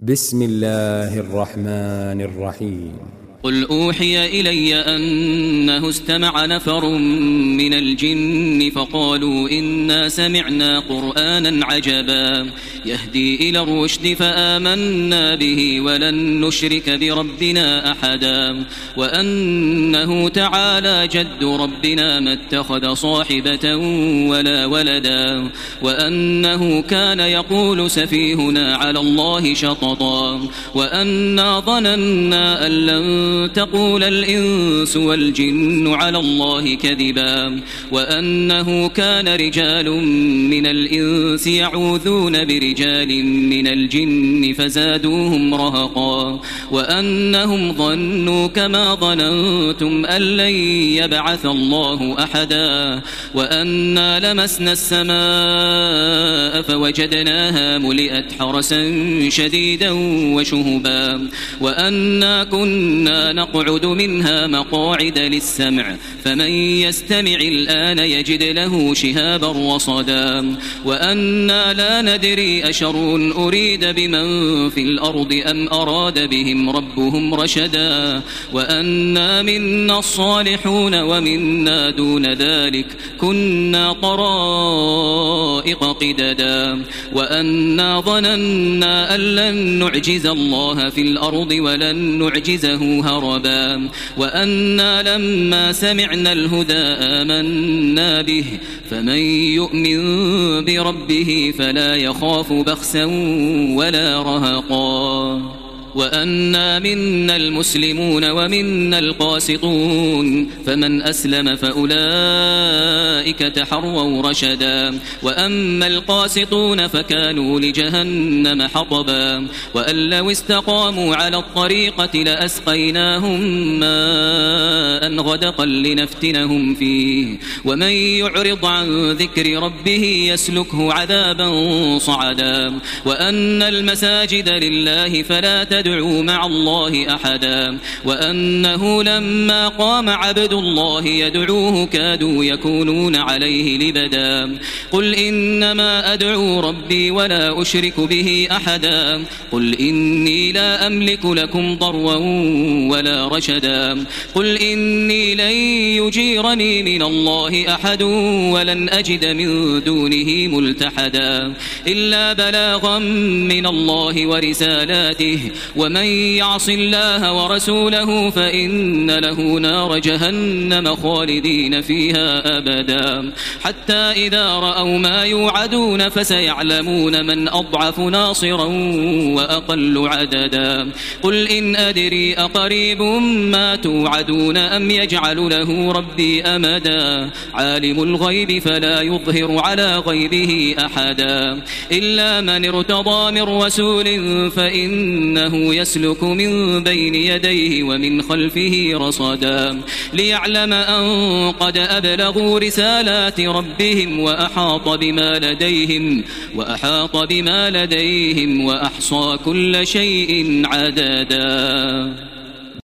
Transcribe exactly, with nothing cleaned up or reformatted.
بسم الله الرحمن الرحيم. قل أوحي إلي أنه استمع نفر من الجن فقالوا إنا سمعنا قرآنا عجبا يهدي إلى الرشد فآمنا به ولن نشرك بربنا أحدا وأنه تعالى جد ربنا ما اتخذ صاحبة ولا ولدا وأنه كان يقول سفيهنا على الله شططا وأنا ظننا أن لن تقول الإنس والجن على الله كذبا وأنه كان رجال من الإنس يعوذون برجال من الجن فزادوهم رهقا وأنهم ظنوا كما ظننتم أن لن يبعث الله أحدا وأنا لمسنا السماء فوجدناها ملئت حرسا شديدا وشهبا وأنا كنا نقعد منها مقاعد للسمع فمن يستمع الآن يجد له شهابا رصدا وأنا لا ندري أشر أريد بمن في الأرض أم أراد بهم ربهم رشدا وأنا منا الصالحون ومنا دون ذلك كنا طرائق قددا وأنا ظننا أن لن نعجز الله في الأرض ولن نعجزه هربا وأنا لما سمعنا الهدى آمنا به فمن يؤمن بربه فلا يخاف بخسا ولا رهقا وأنا منا المسلمون ومنا القاسطون فمن أسلم فأولئك تحروا رشدا وأما القاسطون فكانوا لجهنم حطبا وأن لو استقاموا على الطريقة لأسقيناهم ماء غدقا لنفتنهم فيه ومن يعرض عن ذكر ربه يسلكه عذابا صعدا وأن المساجد لله فلا تدعوا يدعو مع الله أحدا وأنه لما قام عبد الله يدعوه كادوا يكونون عليه لبدا قل إنما أدعو ربي ولا أشرك به أحدا قل إني لا أملك لكم ضرا ولا رشدا قل إني لن يجيرني من الله أحد ولن أجد من دونه ملتحدا إلا بلاغا من الله ورسالاته ومن يعص الله ورسوله فإن له نار جهنم خالدين فيها أبدا حتى إذا رأوا ما يوعدون فسيعلمون من أضعف ناصرا وأقل عددا قل إن أدري أقريب ما توعدون أم يجعل له ربي أمدا عالم الغيب فلا يظهر على غيبه أحدا إلا من ارتضى من رسول فإنه يسلك من بين يديه ومن خلفه رصدا ليعلم أن قد أبلغوا رسالات ربهم وأحاط بما لديهم وأحاط بما لديهم وأحصى كل شيء عددا.